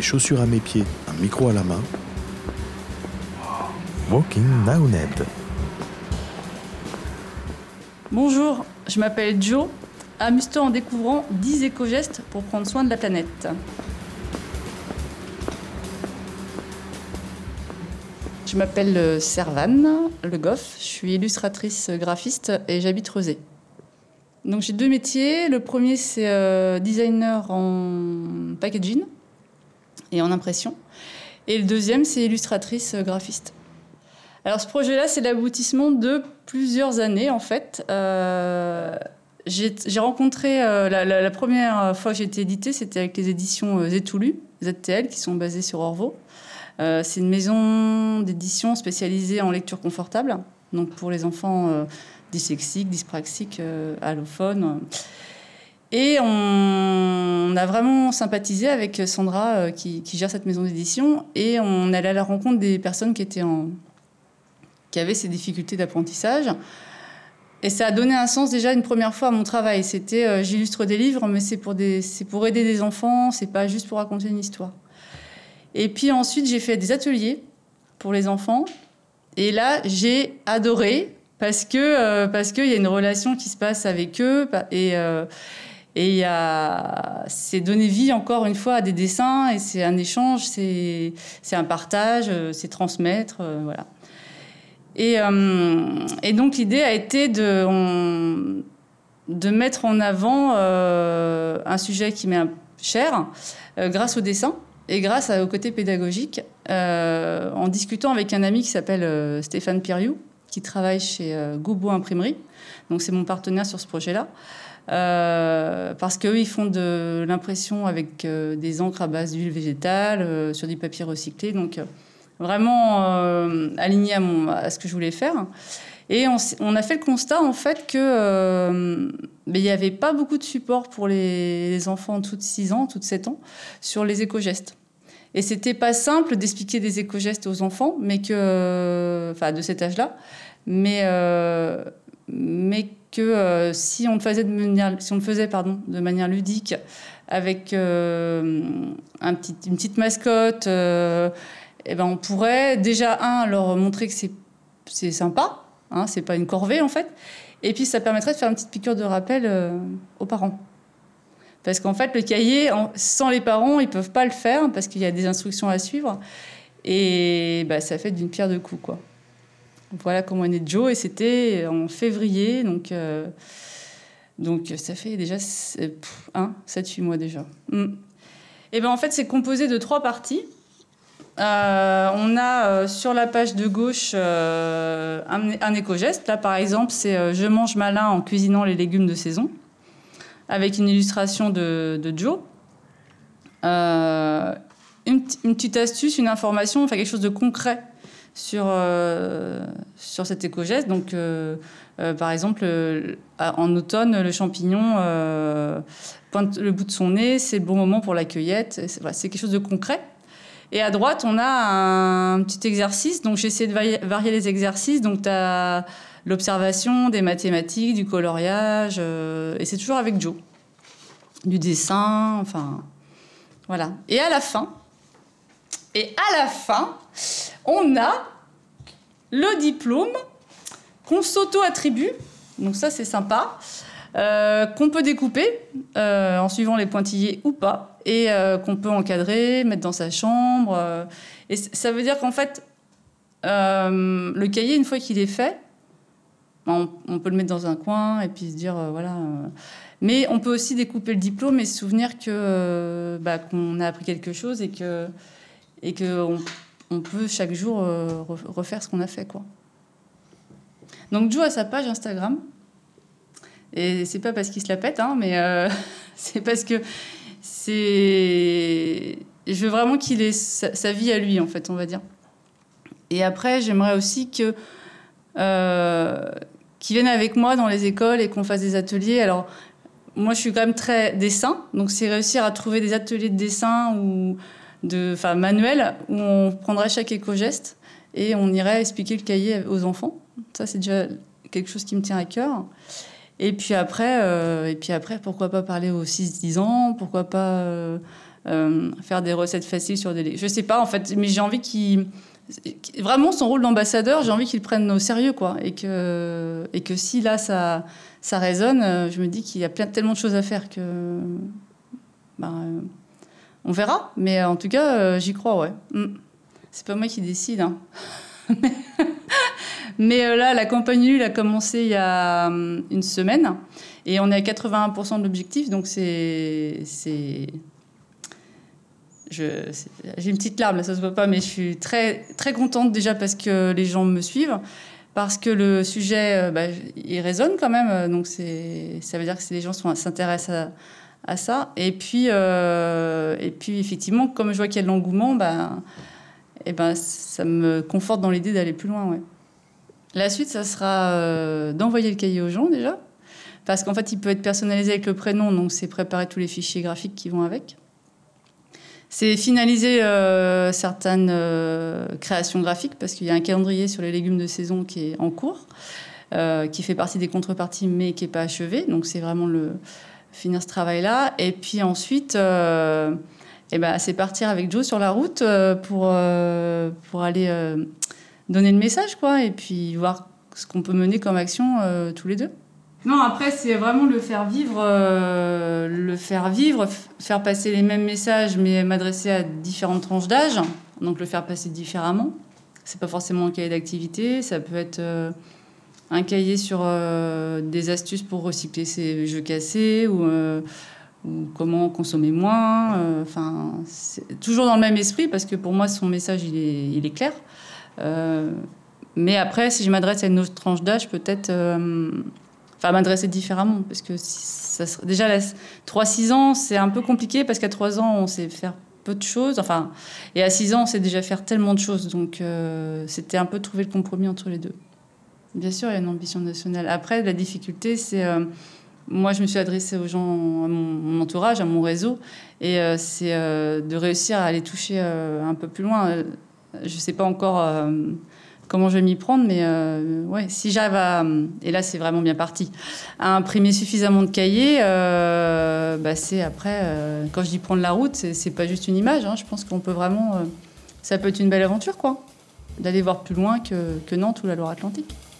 chaussures à mes pieds, un micro à la main. Walking Naoned. Bonjour, je m'appelle Jo. Amuse-toi en découvrant 10 éco-gestes pour prendre soin de la planète. Je m'appelle Servane Le Goff, je suis illustratrice graphiste et j'habite Rezé. Donc j'ai 2 métiers. Le premier, c'est designer en packaging et en impression. Et le deuxième, c'est illustratrice graphiste. Alors ce projet-là, c'est l'aboutissement de plusieurs années en fait. J'ai rencontré, la première fois que j'ai été éditée, c'était avec les éditions Zetoulu, ZTL, qui sont basées sur Orvaux. C'est une maison d'édition spécialisée en lecture confortable, donc pour les enfants dyslexiques, dyspraxiques, allophones. Et on a vraiment sympathisé avec Sandra qui gère cette maison d'édition, et on allait à la rencontre des personnes qui avaient ces difficultés d'apprentissage. Et ça a donné un sens déjà une première fois à mon travail. C'était j'illustre des livres, mais c'est pour aider des enfants, c'est pas juste pour raconter une histoire. Et puis ensuite, j'ai fait des ateliers pour les enfants. Et là, j'ai adoré parce qu'il y a une relation qui se passe avec eux. Et c'est donner vie encore une fois à des dessins. Et c'est un échange, c'est un partage, c'est transmettre. Voilà. Et donc, l'idée a été de mettre en avant un sujet qui m'est cher grâce au dessin. Et grâce au côté pédagogique, en discutant avec un ami qui s'appelle Stéphane Piriou, qui travaille chez Goubo Imprimerie. Donc c'est mon partenaire sur ce projet-là. Parce qu'eux, ils font de l'impression avec des encres à base d'huile végétale, sur du papier recyclé. Donc vraiment aligné à ce que je voulais faire. Et on a fait le constat, en fait, que il n'y avait pas beaucoup de support pour les enfants en dessous de 6 ans, en dessous de 7 ans, sur les éco-gestes. Et c'était pas simple d'expliquer des éco-gestes aux enfants, de cet âge-là, mais que si on le faisait de manière ludique, avec une petite mascotte, on pourrait déjà, leur montrer que c'est sympa. C'est pas une corvée en fait. Et puis ça permettrait de faire une petite piqûre de rappel aux parents. Parce qu'en fait, le cahier, sans les parents, ils peuvent pas le faire parce qu'il y a des instructions à suivre. Et ça fait d'une pierre deux coups, quoi. Voilà comment est né Jo. Et c'était en février. Donc ça fait déjà 7-8 mois déjà. Et en fait, c'est composé de 3 parties. On a sur la page de gauche un éco-geste. Là, par exemple, c'est je mange malin en cuisinant les légumes de saison, avec une illustration de Jo. Une petite astuce, une information, quelque chose de concret sur cet éco-geste. Donc, par exemple, en automne, le champignon pointe le bout de son nez, c'est le bon moment pour la cueillette. C'est quelque chose de concret. Et à droite, on a un petit exercice. Donc, j'ai essayé de varier les exercices. Donc, tu as l'observation, des mathématiques, du coloriage. Et c'est toujours avec Jo. Du dessin, voilà. Et à la fin, on a le diplôme qu'on s'auto-attribue. Donc, ça, c'est sympa. Qu'on peut découper en suivant les pointillés ou pas. Et qu'on peut encadrer, mettre dans sa chambre. Et ça veut dire qu'en fait, le cahier, une fois qu'il est fait, on peut le mettre dans un coin et puis se dire, voilà. Mais on peut aussi découper le diplôme et se souvenir qu'on a appris quelque chose et qu'on peut chaque jour refaire ce qu'on a fait, quoi. Donc, Jo a sa page Instagram. Et c'est pas parce qu'il se la pète, mais c'est parce que je veux vraiment qu'il ait sa vie à lui, en fait, on va dire. Et après, j'aimerais aussi qu'il vienne avec moi dans les écoles et qu'on fasse des ateliers. Alors, moi, je suis quand même très dessin, donc c'est réussir à trouver des ateliers de dessin manuels où on prendrait chaque éco-geste et on irait expliquer le cahier aux enfants. Ça, c'est déjà quelque chose qui me tient à cœur. Et puis après, pourquoi pas parler aux 6-10 ans, pourquoi pas faire des recettes faciles sur des... Je sais pas, en fait, mais j'ai envie vraiment, son rôle d'ambassadeur, j'ai envie qu'il le prenne au sérieux, quoi. Et que si là, ça résonne, je me dis qu'il y a tellement de choses à faire que... on verra. Mais en tout cas, j'y crois, ouais. C'est pas moi qui décide, hein. Mais là, la campagne Ulule a commencé il y a une semaine. Et on est à 81% de l'objectif. Donc, j'ai une petite larme, là, ça se voit pas, mais je suis très, très contente déjà parce que les gens me suivent, parce que le sujet, il résonne quand même. Donc, ça veut dire que les gens s'intéressent à ça. Et puis, effectivement, comme je vois qu'il y a de l'engouement, ça me conforte dans l'idée d'aller plus loin. Ouais. La suite, ça sera d'envoyer le cahier aux gens déjà, parce qu'en fait, il peut être personnalisé avec le prénom, donc c'est préparer tous les fichiers graphiques qui vont avec. C'est finaliser certaines créations graphiques, parce qu'il y a un calendrier sur les légumes de saison qui est en cours, qui fait partie des contreparties, mais qui n'est pas achevé. Donc, c'est vraiment finir ce travail-là. Et puis ensuite, c'est partir avec Joe sur la route pour aller donner le message, quoi, et puis voir ce qu'on peut mener comme action tous les deux. Non, après, c'est vraiment le faire vivre, faire passer les mêmes messages, mais m'adresser à différentes tranches d'âge. Donc, le faire passer différemment. C'est pas forcément un cahier d'activité. Ça peut être un cahier sur des astuces pour recycler ses jeux cassés ou comment consommer moins. C'est toujours dans le même esprit, parce que pour moi, son message, il est clair. Mais après, si je m'adresse à une autre tranche d'âge, peut-être... m'adresser différemment, parce que déjà 3-6 ans, c'est un peu compliqué, parce qu'à 3 ans, on sait faire peu de choses, et à 6 ans, on sait déjà faire tellement de choses, donc c'était un peu trouver le compromis entre les deux. Bien sûr, il y a une ambition nationale. Après, la difficulté, c'est... moi, je me suis adressée aux gens, à mon entourage, à mon réseau, et c'est de réussir à aller toucher un peu plus loin. Je ne sais pas encore... comment je vais m'y prendre, mais si j'arrive à... Et là, c'est vraiment bien parti. À imprimer suffisamment de cahiers, c'est après... quand je dis prendre la route, c'est pas juste une image. Hein, je pense qu'on peut vraiment... ça peut être une belle aventure, quoi. D'aller voir plus loin que Nantes ou la Loire-Atlantique.